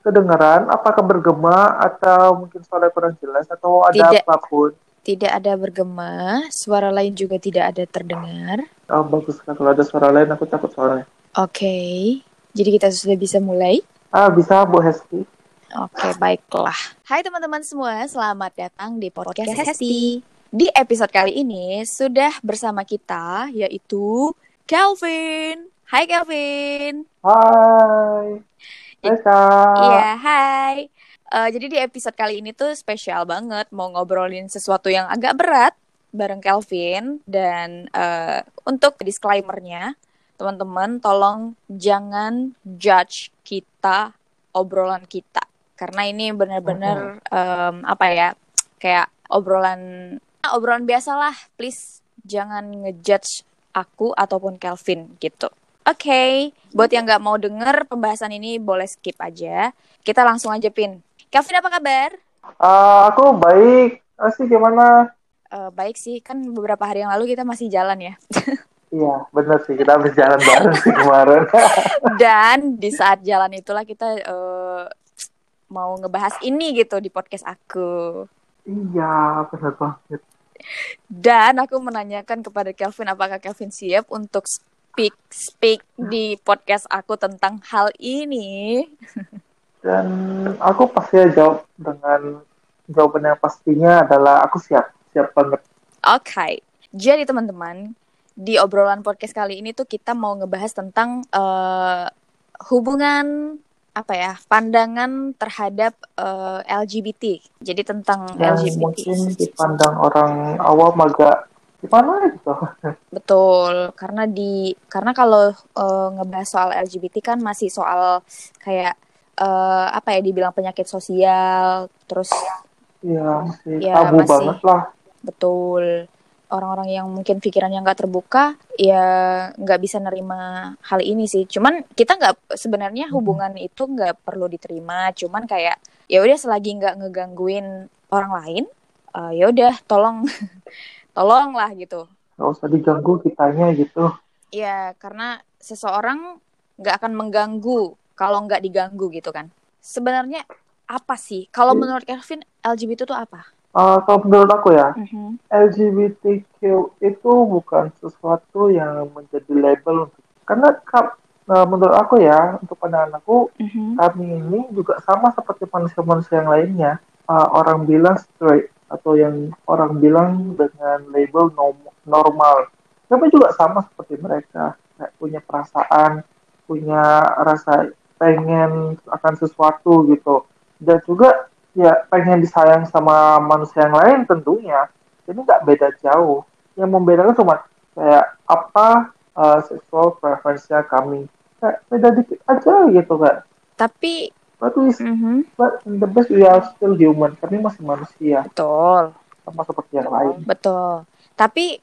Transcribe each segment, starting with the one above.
kedengaran? Apakah bergema atau mungkin suara kurang jelas atau ada Tidak, apapun? tidak ada bergema, suara lain juga tidak ada terdengar. Oh, bagus kan. Kalau ada suara lain aku takut soalnya. Oke, jadi kita sudah bisa mulai. Bisa Bu Hesti. Oke, baiklah. Hai teman-teman semua, selamat datang di podcast Hesti. Di episode kali ini sudah bersama kita yaitu Kelvin. Hai Kelvin. Hai. Hai Kak. Iya, hai. Jadi di episode kali ini tuh spesial banget mau ngobrolin sesuatu yang agak berat bareng Kelvin dan untuk disclaimer-nya, teman-teman tolong jangan judge kita obrolan kita karena ini benar-benar apa ya kayak obrolan biasa lah. Please jangan ngejudge aku ataupun Kelvin gitu. Oke, buat yang nggak mau denger pembahasan ini boleh skip aja. Kita langsung aja Pin. Kelvin apa kabar? Aku baik. Sih gimana? Baik sih, kan beberapa hari yang lalu kita masih jalan ya. Iya, bener sih. Kita habis jalan bareng sih kemarin. Dan di saat jalan itulah kita mau ngebahas ini gitu di podcast aku. Iya, bener banget. Dan aku menanyakan kepada Kelvin apakah Kelvin siap untuk speak di podcast aku tentang hal ini. Dan aku pasti jawab dengan jawaban yang pastinya adalah aku siap. Siap banget. Oke, jadi teman-teman, di obrolan podcast kali ini tuh kita mau ngebahas tentang hubungan apa ya, pandangan terhadap LGBT. Jadi tentang Yang LGBT. mungkin dipandang orang awam agak gimana gitu. Betul, karena kalau ngebahas soal LGBT kan masih soal kayak apa ya dibilang penyakit sosial, terus Iya, masih ya tabu masih banget lah. betul orang-orang yang mungkin pikirannya nggak terbuka ya nggak bisa nerima hal ini sih. Cuman kita nggak sebenarnya hubungan itu nggak perlu diterima. Cuman kayak ya udah selagi nggak ngegangguin orang lain, ya udah tolong tolonglah gitu. Gak usah diganggu kitanya gitu. Ya karena seseorang nggak akan mengganggu kalau nggak diganggu gitu kan. Sebenarnya apa sih? Kalau menurut Kelvin LGBT itu apa? Kalau menurut aku ya, Mhm, LGBTQ itu bukan sesuatu yang menjadi label untuk karena menurut aku ya untuk pandangan aku mhm. kami ini juga sama seperti manusia-manusia yang lainnya. Orang bilang straight atau yang orang bilang dengan label normal. Kami juga sama seperti mereka, kayak punya perasaan, punya rasa pengen akan sesuatu gitu. Dan juga ya pengen disayang sama manusia yang lain tentunya. Jadi nggak beda jauh. Yang membedakan cuma kayak apa seksual preferensinya kami. Kayak beda dikit aja gitu kan. Tapi But, we, mhm, but in the best we are still human. Kami masih manusia. betul. Sama seperti yang lain. Betul. Tapi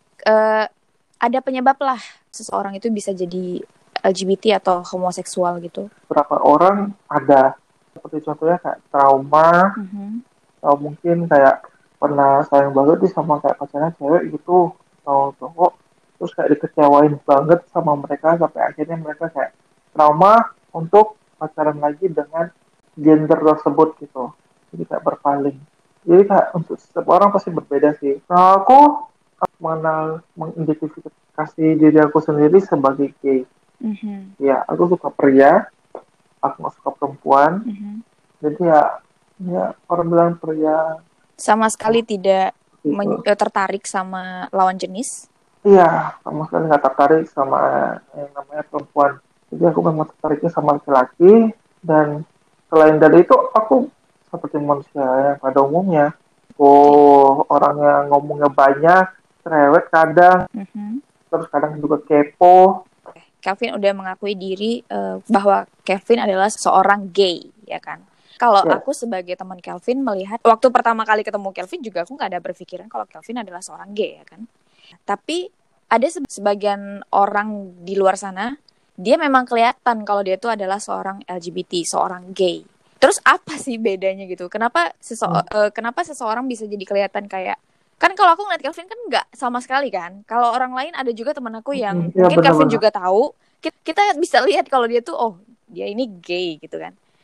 ada penyebab lah seseorang itu bisa jadi LGBT atau homoseksual gitu. Berapa orang ada seperti contohnya kayak trauma Mhm. atau mungkin kayak pernah sayang banget nih sama kayak pacarnya cewek gitu atau cowok terus kayak dikecewain banget sama mereka sampai akhirnya mereka kayak trauma untuk pacaran lagi dengan gender tersebut gitu jadi kayak berpaling jadi kayak untuk setiap orang pasti berbeda sih nah, aku mengenal mengidentifikasi diri aku sendiri sebagai gay Mhm. ya aku suka pria aku nggak suka perempuan Mhm. jadi ya ya orang bilang pria Sama sekali tidak gitu. tertarik sama lawan jenis. Iya, sama sekali nggak tertarik sama yang namanya perempuan. Jadi aku memang tertariknya sama laki-laki dan selain dari itu aku seperti manusia yang pada umumnya. Oke. Orang yang ngomongnya banyak, cerewet kadang, Mhm. terus kadang juga kepo. Kelvin udah mengakui diri bahwa Kelvin adalah seorang gay, ya kan? Kalau Ya, aku sebagai teman Kelvin melihat waktu pertama kali ketemu Kelvin juga aku nggak ada berpikiran kalau Kelvin adalah seorang gay, ya kan? Tapi ada sebagian orang di luar sana, dia memang kelihatan kalau dia itu adalah seorang LGBT, seorang gay. Terus apa sih bedanya gitu? hmm, Kenapa seseorang bisa jadi kelihatan kayak kan kalau aku ngeliat Kelvin kan nggak sama sekali kan. Kalau orang lain ada juga teman aku yang ya mungkin Kelvin benar-benar. juga tahu, kita bisa lihat kalau dia tuh oh dia ini gay gitu kan.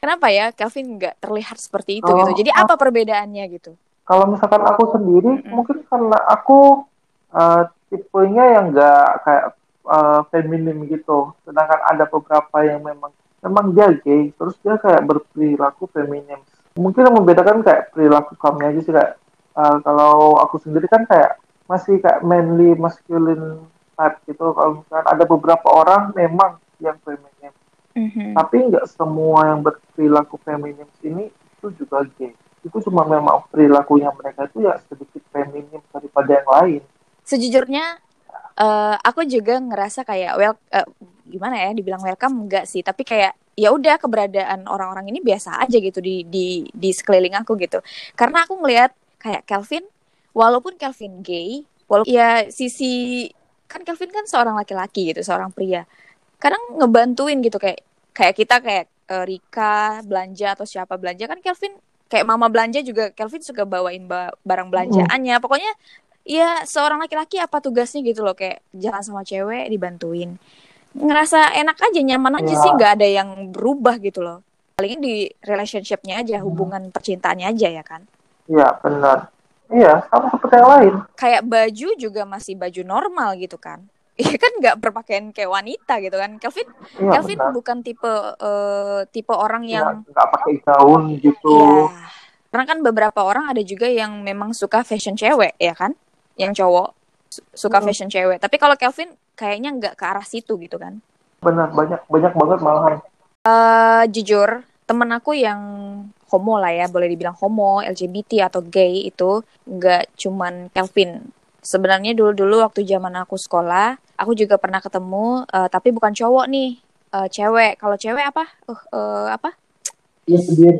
Kenapa ya Kelvin nggak terlihat seperti itu gitu? Kalau Jadi apa perbedaannya gitu? kalau misalkan aku sendiri, Mm-mm. mungkin karena aku tipenya yang nggak kayak feminim gitu. Sedangkan ada beberapa yang memang dia gay, terus dia kayak berperilaku feminim. Mungkin yang membedakan kayak perilaku kami aja sih, kayak kalau aku sendiri kan kayak masih kayak manly masculine type gitu. Kalau misalkan ada beberapa orang memang yang feminim, Mhm. tapi nggak semua yang berperilaku feminim sini itu juga gay. Itu cuma memang perilakunya mereka itu ya sedikit feminim daripada yang lain. Sejujurnya aku juga ngerasa kayak gimana ya dibilang welcome enggak sih, tapi kayak ya udah keberadaan orang-orang ini biasa aja gitu di sekeliling aku gitu. Karena aku ngelihat kayak Kelvin, walaupun Kelvin gay, walaupun ya sisi kan Kelvin kan seorang laki-laki gitu, seorang pria. Kadang ngebantuin gitu kayak kayak kita kayak Rika belanja atau siapa belanja kan Kelvin kayak mama belanja juga Kelvin suka bawain barang Mm, belanjaannya. Pokoknya ya seorang laki-laki apa tugasnya gitu loh kayak jalan sama cewek dibantuin. Ngerasa enak aja, nyaman aja sih, ya, nggak ada yang berubah gitu loh. Paling di relationship-nya aja, mm, hubungan percintaannya aja ya kan. ya benar. Iya, sama seperti yang lain. Kayak baju juga masih baju normal gitu kan. Iya kan nggak berpakaian kayak wanita gitu kan. Kelvin Iya Kelvin benar. bukan tipe orang Iya, yang nggak pakai gaun gitu. ya, karena kan beberapa orang ada juga yang memang suka fashion cewek ya kan. Yang cowok suka Mm, fashion cewek. Tapi kalau Kelvin kayaknya nggak ke arah situ gitu kan. benar, banyak banyak banget malahan. Jujur, temen aku yang homo lah ya, boleh dibilang homo, LGBT atau gay itu nggak cuman Kelvin. Sebenarnya dulu-dulu waktu zaman aku sekolah, aku juga pernah ketemu, tapi bukan cowok nih, cewek. Kalau cewek apa? Apa? Iya sendiri.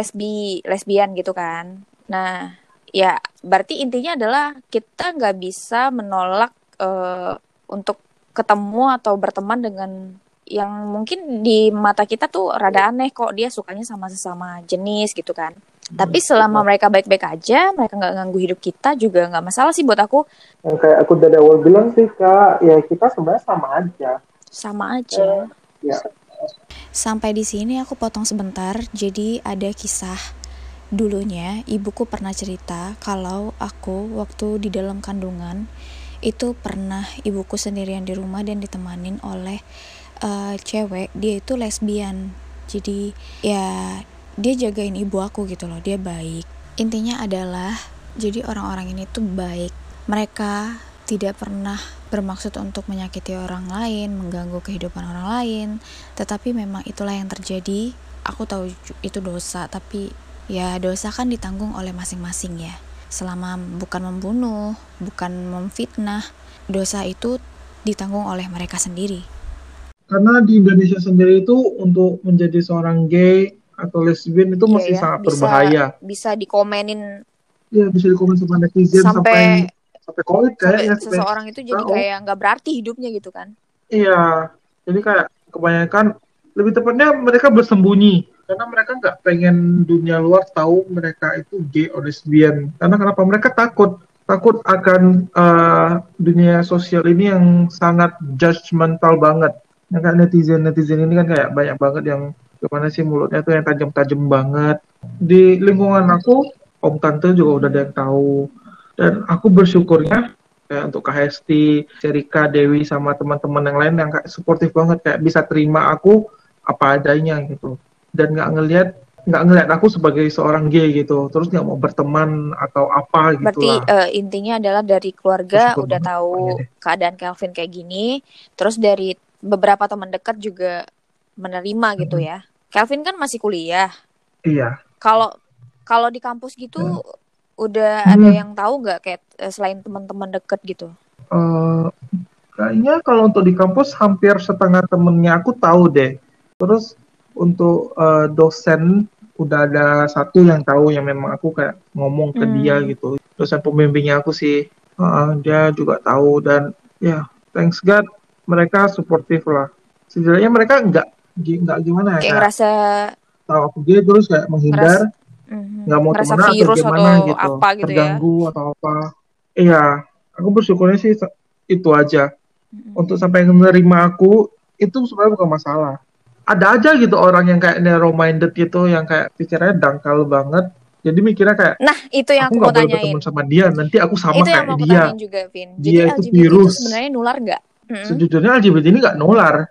Lesbian gitu kan. Nah, ya berarti intinya adalah kita nggak bisa menolak untuk ketemu atau berteman dengan yang mungkin di mata kita tuh rada aneh kok dia sukanya sama sesama jenis gitu kan. Tapi selama Benar. mereka baik-baik aja, mereka nggak ganggu hidup kita juga nggak masalah sih buat aku. Yang kayak aku dari awal bilang sih kak, ya kita sebenarnya sama aja. Sama aja. Ya, Sampai di sini aku potong sebentar. Jadi ada kisah dulunya ibuku pernah cerita kalau aku waktu di dalam kandungan itu pernah ibuku sendirian di rumah dan ditemanin oleh cewek. Dia itu lesbian. Jadi ya dia jagain ibu aku gitu loh. Dia baik. Intinya adalah jadi orang-orang ini tuh baik. Mereka tidak pernah bermaksud untuk menyakiti orang lain, mengganggu kehidupan orang lain, tetapi memang itulah yang terjadi. Aku tahu itu dosa, tapi ya dosa kan ditanggung oleh masing-masing ya. Selama bukan membunuh, bukan memfitnah, dosa itu ditanggung oleh mereka sendiri. karena di Indonesia sendiri itu untuk menjadi seorang gay atau lesbian itu Iya masih ya, sangat bisa berbahaya. bisa dikomenin Ya bisa dikomen sama netizen sampai sampai sampai COVID sampai kayaknya sampai seseorang itu jadi KO. kayak nggak berarti hidupnya gitu kan. Iya, jadi kayak kebanyakan lebih tepatnya mereka bersembunyi karena mereka nggak pengen dunia luar tahu mereka itu gay or lesbian. Karena kenapa? Mereka takut takut akan dunia sosial ini yang sangat judgmental banget. Yang kan netizen ini kan kayak banyak banget yang gimana sih mulutnya tuh yang tajam-tajam banget. Di lingkungan aku, om tante juga udah ada yang tahu. Dan aku bersyukurnya kayak untuk Kak Hesti, Cerika, Dewi sama teman-teman yang lain yang kayak suportif banget kayak bisa terima aku apa adanya gitu dan nggak ngelihat aku sebagai seorang gay gitu terus nggak mau berteman atau apa Berarti gitulah. intinya adalah dari keluarga Bersyukur udah banget pokoknya tahu deh. keadaan Kelvin kayak gini, terus dari beberapa teman dekat juga menerima gitu Mm-mm. ya. Kelvin kan masih kuliah. Iya. Kalau kalau di kampus gitu Dan, udah ada hmm, yang tahu nggak kayak selain teman-teman deket gitu? eh, kayaknya kalau untuk di kampus hampir setengah temennya aku tahu deh. Terus untuk dosen udah ada satu yang tahu yang memang aku kayak ngomong ke dia Hmm, gitu. Dosen pembimbingnya aku sih, dia juga tahu dan ya thanks God mereka suportif lah. Sebenarnya mereka nggak gimana ya kayak kayak ngerasa tahu aku gay terus kayak ngeras menghindar, nggak mau ngerasa temenan atau virus gimana atau gitu, apa gitu ya. terganggu atau apa. Iya, aku bersyukurnya sih itu aja. Mm-mm. Untuk sampai menerima aku itu sebenarnya bukan masalah. ada aja gitu orang yang kayak narrow minded gitu, yang kayak pikirannya dangkal banget. Jadi mikirnya kayak Nah, itu yang aku aku nggak mau boleh tanyain. berteman sama dia, nanti aku sama Itu yang kayak mau aku dia. tanyain juga, Vin. Jadi Dia itu LGBT itu virus. sebenarnya nular nggak? Mm-mm. Sejujurnya LGBT ini nggak nular.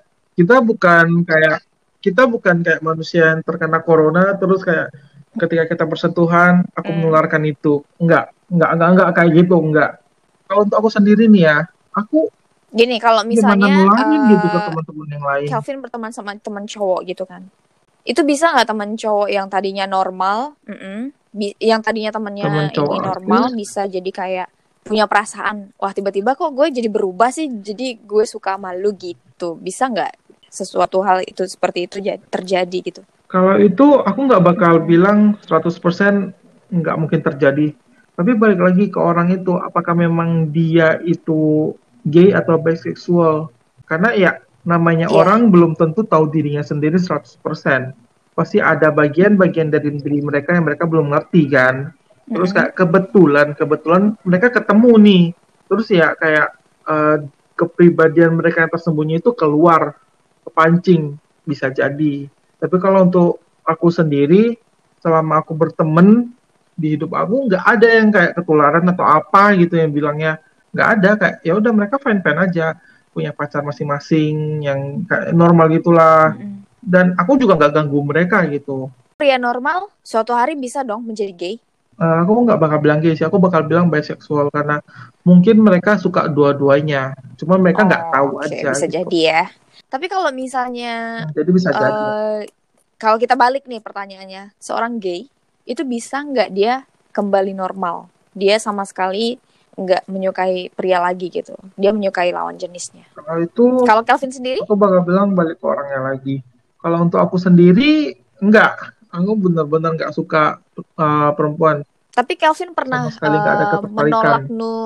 Kita bukan kayak manusia yang terkena corona terus kayak ketika kita bersentuhan aku menularkan itu. Enggak kayak gitu, enggak. Kalau untuk aku sendiri nih ya, aku Gini, kalau gimana misalnya nularin gitu ke teman-teman yang lain. Kelvin berteman sama teman cowok gitu kan. Itu bisa nggak teman cowok yang tadinya normal, yang tadinya Teman temennya cowok ini artis, normal, bisa jadi kayak punya perasaan, wah tiba-tiba kok gue jadi berubah sih, jadi gue suka sama lu gitu. Bisa nggak sesuatu hal itu seperti itu terjadi gitu? kalau itu aku nggak bakal bilang 100% nggak mungkin terjadi. Tapi balik lagi ke orang itu, apakah memang dia itu gay atau bisexual? Karena ya namanya Iya. orang belum tentu tahu dirinya sendiri 100%. Pasti ada bagian-bagian dari diri mereka yang mereka belum ngerti kan. Terus kayak kebetulan mereka ketemu nih. Terus ya kayak eh, kepribadian mereka yang tersembunyi itu keluar, kepancing, bisa jadi. Tapi kalau untuk aku sendiri, selama aku berteman di hidup aku nggak ada yang kayak ketularan atau apa gitu yang bilangnya nggak ada, kayak ya udah mereka fine fine aja, punya pacar masing-masing yang kayak normal gitulah, dan aku juga nggak ganggu mereka gitu. Pria normal suatu hari bisa dong menjadi gay. Aku nggak bakal bilang gay sih, aku bakal bilang bisexual karena mungkin mereka suka dua-duanya, cuma mereka nggak tahu Oke, aja bisa gitu. jadi ya. Tapi kalau misalnya Jadi bisa jadi. kalau kita balik nih pertanyaannya, seorang gay itu bisa nggak dia kembali normal? Dia sama sekali nggak menyukai pria lagi gitu. Dia menyukai lawan jenisnya. Kalau itu Kalau Calvin sendiri? aku bakal bilang balik ke orangnya lagi. Kalau untuk aku sendiri, enggak. Aku benar-benar nggak suka perempuan. Tapi Calvin pernah Sama sekali nggak ada ketertarikan. menolak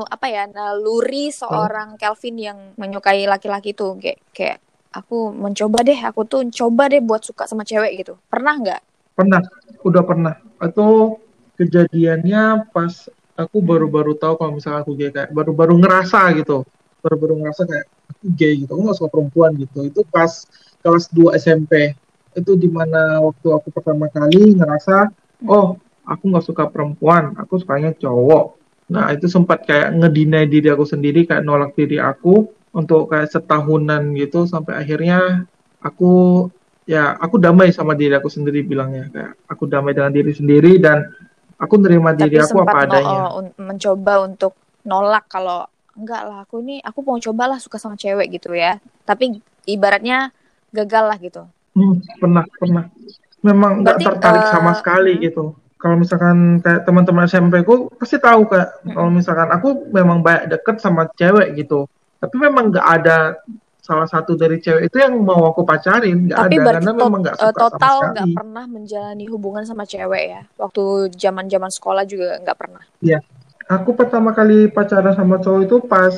naluri seorang Calvin yang menyukai laki-laki itu kayak aku mencoba deh, aku tuh coba deh buat suka sama cewek gitu. Pernah nggak? Pernah, udah pernah. Itu kejadiannya pas aku baru-baru tahu kalau misalnya aku gay, kayak baru-baru ngerasa gitu. Baru-baru ngerasa kayak aku gay gitu. Aku nggak suka perempuan gitu. Itu pas kelas 2 SMP. Itu dimana waktu aku pertama kali ngerasa, oh aku nggak suka perempuan, aku sukanya cowok. Nah itu sempat kayak ngedinai diri aku sendiri, kayak nolak diri aku untuk kayak setahunan gitu, sampai akhirnya aku aku damai sama diri aku sendiri, bilangnya kayak aku damai dengan diri sendiri dan aku nerima Tapi diri aku sempat apa adanya. mencoba untuk nolak kalau enggak lah, aku mau cobalah suka sama cewek gitu ya. Tapi ibaratnya gagal lah gitu. Pernah memang nggak Berarti tertarik sama sekali gitu. Kalau misalkan kayak teman-teman SMP ku pasti tahu kayak kalau misalkan aku memang banyak deket sama cewek gitu, tapi memang nggak ada salah satu dari cewek itu yang mau aku pacarin, nggak tapi ada, berarti karena memang nggak suka sama total nggak sekali. pernah menjalani hubungan sama cewek ya. Waktu zaman sekolah juga nggak pernah. Iya, aku pertama kali pacaran sama cowok itu pas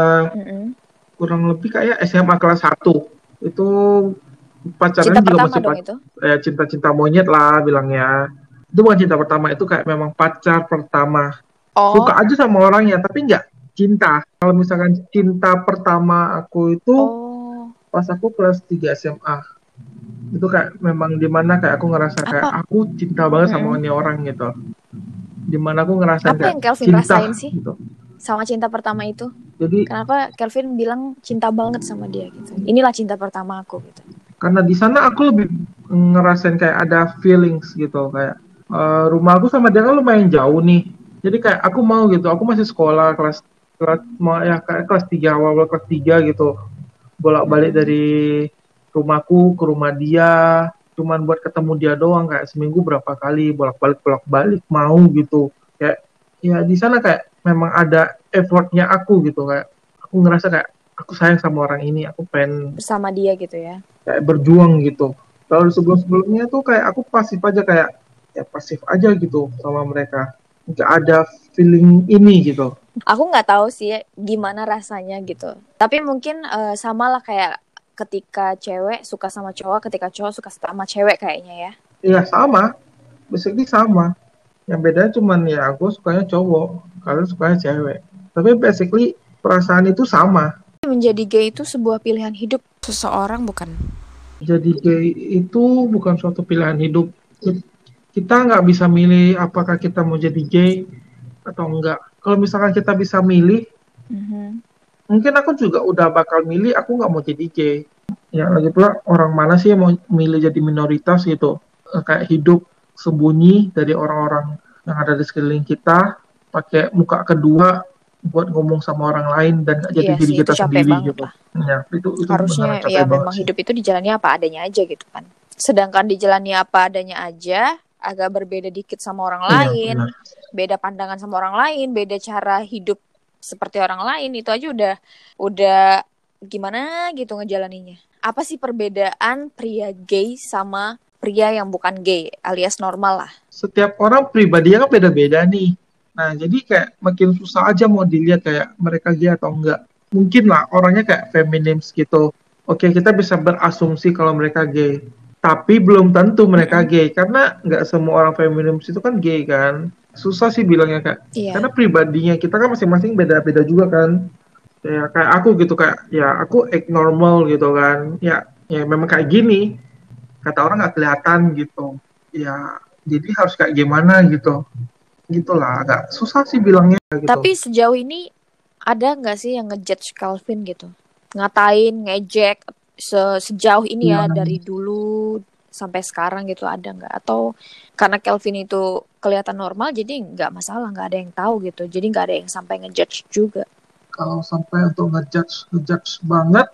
kurang lebih kayak SMA kelas 1. Itu Cinta pacaran juga pertama masih dong itu. cinta-cinta monyet lah bilangnya. Itu bukan cinta pertama, itu kayak memang pacar pertama. Oh, Suka aja sama orangnya, tapi nggak cinta. Kalau misalkan cinta pertama aku itu oh. pas aku kelas 3 SMA. Itu kayak memang dimana kayak aku ngerasa kayak Apa? aku cinta banget sama ini orang gitu. Dimana aku ngerasain Apa kayak yang Kelvin rasain cinta sih gitu. sama cinta pertama itu? Jadi Kenapa Kelvin bilang cinta banget sama dia gitu? Inilah cinta pertama aku gitu. karena di sana aku lebih ngerasain kayak ada feelings gitu, kayak rumah aku sama dia kan lumayan jauh nih, jadi kayak aku mau gitu, aku masih sekolah kelas kelas mau ya kayak kelas 3, awal kelas 3 gitu, bolak-balik dari rumahku ke rumah dia cuman buat ketemu dia doang, kayak seminggu berapa kali bolak-balik mau gitu, kayak ya di sana kayak memang ada effortnya aku gitu, kayak aku ngerasa kayak aku sayang sama orang ini, aku pengen Bersama dia gitu ya. kayak berjuang gitu. Kalau sebelum-sebelumnya tuh kayak aku pasif aja, kayak ya pasif aja gitu sama mereka. Nggak ada feeling ini gitu. Aku nggak tahu sih gimana rasanya gitu. Tapi mungkin sama lah kayak ketika cewek suka sama cowok, ketika cowok suka sama cewek kayaknya ya. Iya sama, basically sama. Yang bedanya cuman ya aku sukanya cowok, kalian sukanya cewek. Tapi basically perasaan itu sama. Menjadi gay itu sebuah pilihan hidup. Seseorang bukan. Jadi gay itu bukan suatu pilihan hidup. Kita nggak bisa milih apakah kita mau jadi gay atau enggak. Kalau misalkan kita bisa milih, Mhm. mungkin aku juga udah bakal milih aku nggak mau jadi gay. Ya lagi pula orang mana sih yang mau milih jadi minoritas gitu. Kayak hidup sembunyi dari orang-orang yang ada di sekeliling kita, pakai muka kedua buat ngomong sama orang lain dan nggak jadi Iya diri sih, itu kita capek sendiri banget gitu. lah. Ya, itu beneran Harusnya capek ya banget memang sih. hidup itu dijalani apa adanya aja gitu kan. Sedangkan dijalani apa adanya aja, agak berbeda dikit sama orang Iya lain, benar. beda pandangan sama orang lain, beda cara hidup seperti orang lain, itu aja udah gimana gitu ngejalaninya. Apa sih perbedaan pria gay sama pria yang bukan gay alias normal lah? Setiap orang pribadinya kan beda-beda nih. Nah, jadi kayak makin susah aja mau dilihat kayak mereka gay atau enggak. Mungkin lah orangnya kayak feminis gitu. Oke, kita bisa berasumsi kalau mereka gay. Tapi belum tentu mereka Mm-mm. gay. Karena nggak semua orang feminis itu kan gay kan. Susah sih bilangnya kak. Karena Iya. pribadinya kita kan masing-masing beda-beda juga kan. Ya, kayak aku gitu kayak ya aku act normal gitu kan. Ya memang kayak gini. Kata orang nggak kelihatan gitu. Ya jadi harus kayak gimana gitu, gitulah agak susah sih bilangnya gitu. Tapi sejauh ini ada nggak sih yang ngejudge Calvin gitu? Ngatain, ngejek sejauh ini ya Yang dari dulu sampai sekarang gitu ada nggak? Atau karena Calvin itu kelihatan normal jadi nggak masalah, nggak ada yang tahu gitu. Jadi nggak ada yang sampai ngejudge juga. kalau sampai untuk ngejudge banget,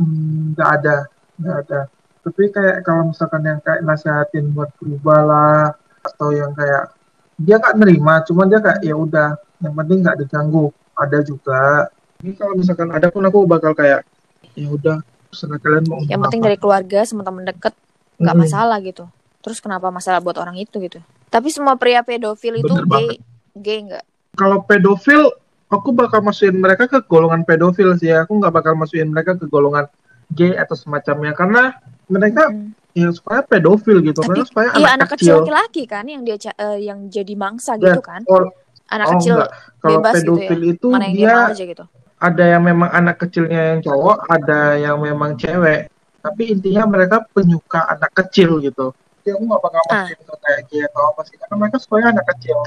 nggak ada. Tapi kayak kalau misalkan yang kayak nasihatin buat berubah lah, atau yang kayak dia nggak nerima, cuman dia kayak ya udah, yang penting nggak diganggu, ada juga. Ini kalau misalkan ada pun aku bakal kayak ya udah, terserah kalian mau Yang ngomong penting apa. dari keluarga sama teman deket nggak Mm-mm, masalah gitu. Terus kenapa masalah buat orang itu gitu? Tapi semua pria pedofil itu bener banget. gay nggak? Kalau pedofil, aku bakal masukin mereka ke golongan pedofil sih ya. Aku nggak bakal masukin mereka ke golongan gay atau semacamnya. Karena mereka Mm-mm. yang supaya pedofil gitu. Tapi Mereka supaya iya anak anak kecil kecil. laki-laki kan yang jadi mangsa gitu Dan, kan? or, Anak oh kecil enggak. Kalau bebas gitu ya. pedofil itu Mana yang dia mau dia aja gitu. ada yang memang anak kecilnya yang cowok, ada yang memang cewek. Tapi intinya mereka penyuka anak kecil gitu. Jadi aku nggak bakal Ah, masukin ke kayak gay atau apa sih. Karena mereka supaya anak kecil.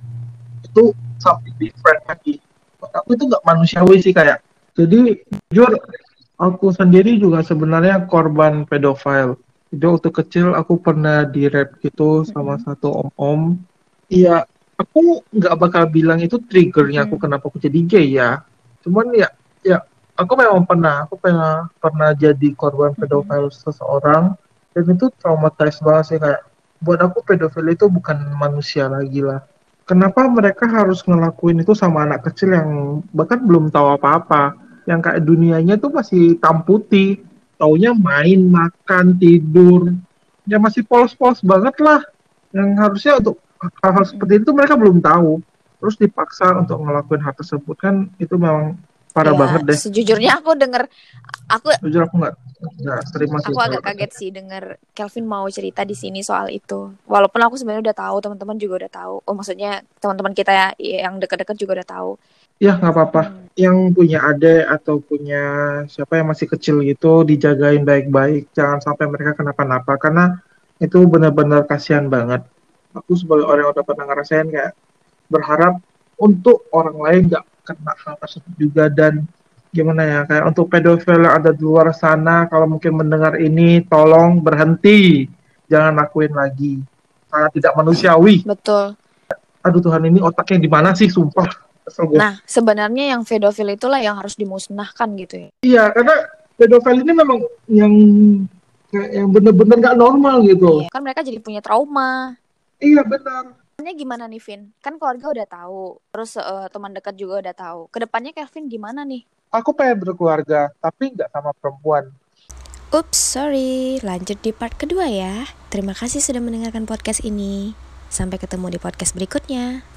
Itu something different lagi. Buat aku itu nggak manusiawi sih kayak. Jadi jujur aku sendiri juga sebenarnya korban pedofile. Jadi waktu kecil aku pernah di rap gitu sama mm-mm, satu om-om. Iya, aku nggak bakal bilang itu triggernya aku mm-mm, kenapa aku jadi gay ya. Cuman ya aku memang pernah jadi korban mm-mm. pedofile seseorang dan itu traumatized banget sih kayak buat aku pedofil itu bukan manusia lagi lah. Kenapa mereka harus ngelakuin itu sama anak kecil yang bahkan belum tahu apa-apa, yang kayak dunianya tuh masih hitam putih, taunya main, makan, tidur, ya masih polos-polos banget lah, yang harusnya untuk hal-hal seperti itu mereka belum tahu, terus dipaksa untuk ngelakuin hal tersebut kan itu memang parah Ya, banget deh. sejujurnya aku Jujur aku nggak terima sih aku kalau agak kayak kaget sih denger Kelvin mau cerita di sini soal itu. Walaupun aku sebenarnya udah tahu, teman-teman juga udah tahu. Oh, maksudnya teman-teman kita ya, yang dekat-dekat juga udah tahu. ya nggak apa-apa. Hmm. Yang punya adik atau punya siapa yang masih kecil gitu dijagain baik-baik, jangan sampai mereka kenapa-napa karena itu benar-benar kasihan banget. Aku sebagai orang yang udah pernah ngerasain kayak berharap untuk orang lain nggak kena hal tersebut juga dan gimana ya kayak untuk pedofil yang ada di luar sana kalau mungkin mendengar ini tolong berhenti, jangan lakuin lagi, sangat tidak manusiawi. Betul. Aduh Tuhan, ini otaknya di mana sih, sumpah kesel gue. Nah, sebenarnya yang pedofil itulah yang harus dimusnahkan gitu ya. Iya, karena pedofil ini memang yang kayak yang bener-bener nggak normal gitu. Iya, kan mereka jadi punya trauma. Iya benar. Kedepannya gimana nih, Vin? Kan keluarga udah tahu, terus teman dekat juga udah tahu. Kedepannya Kevin gimana nih? Aku pengen berkeluarga, tapi nggak sama perempuan. Ups, sorry. Lanjut di part kedua ya. Terima kasih sudah mendengarkan podcast ini. Sampai ketemu di podcast berikutnya.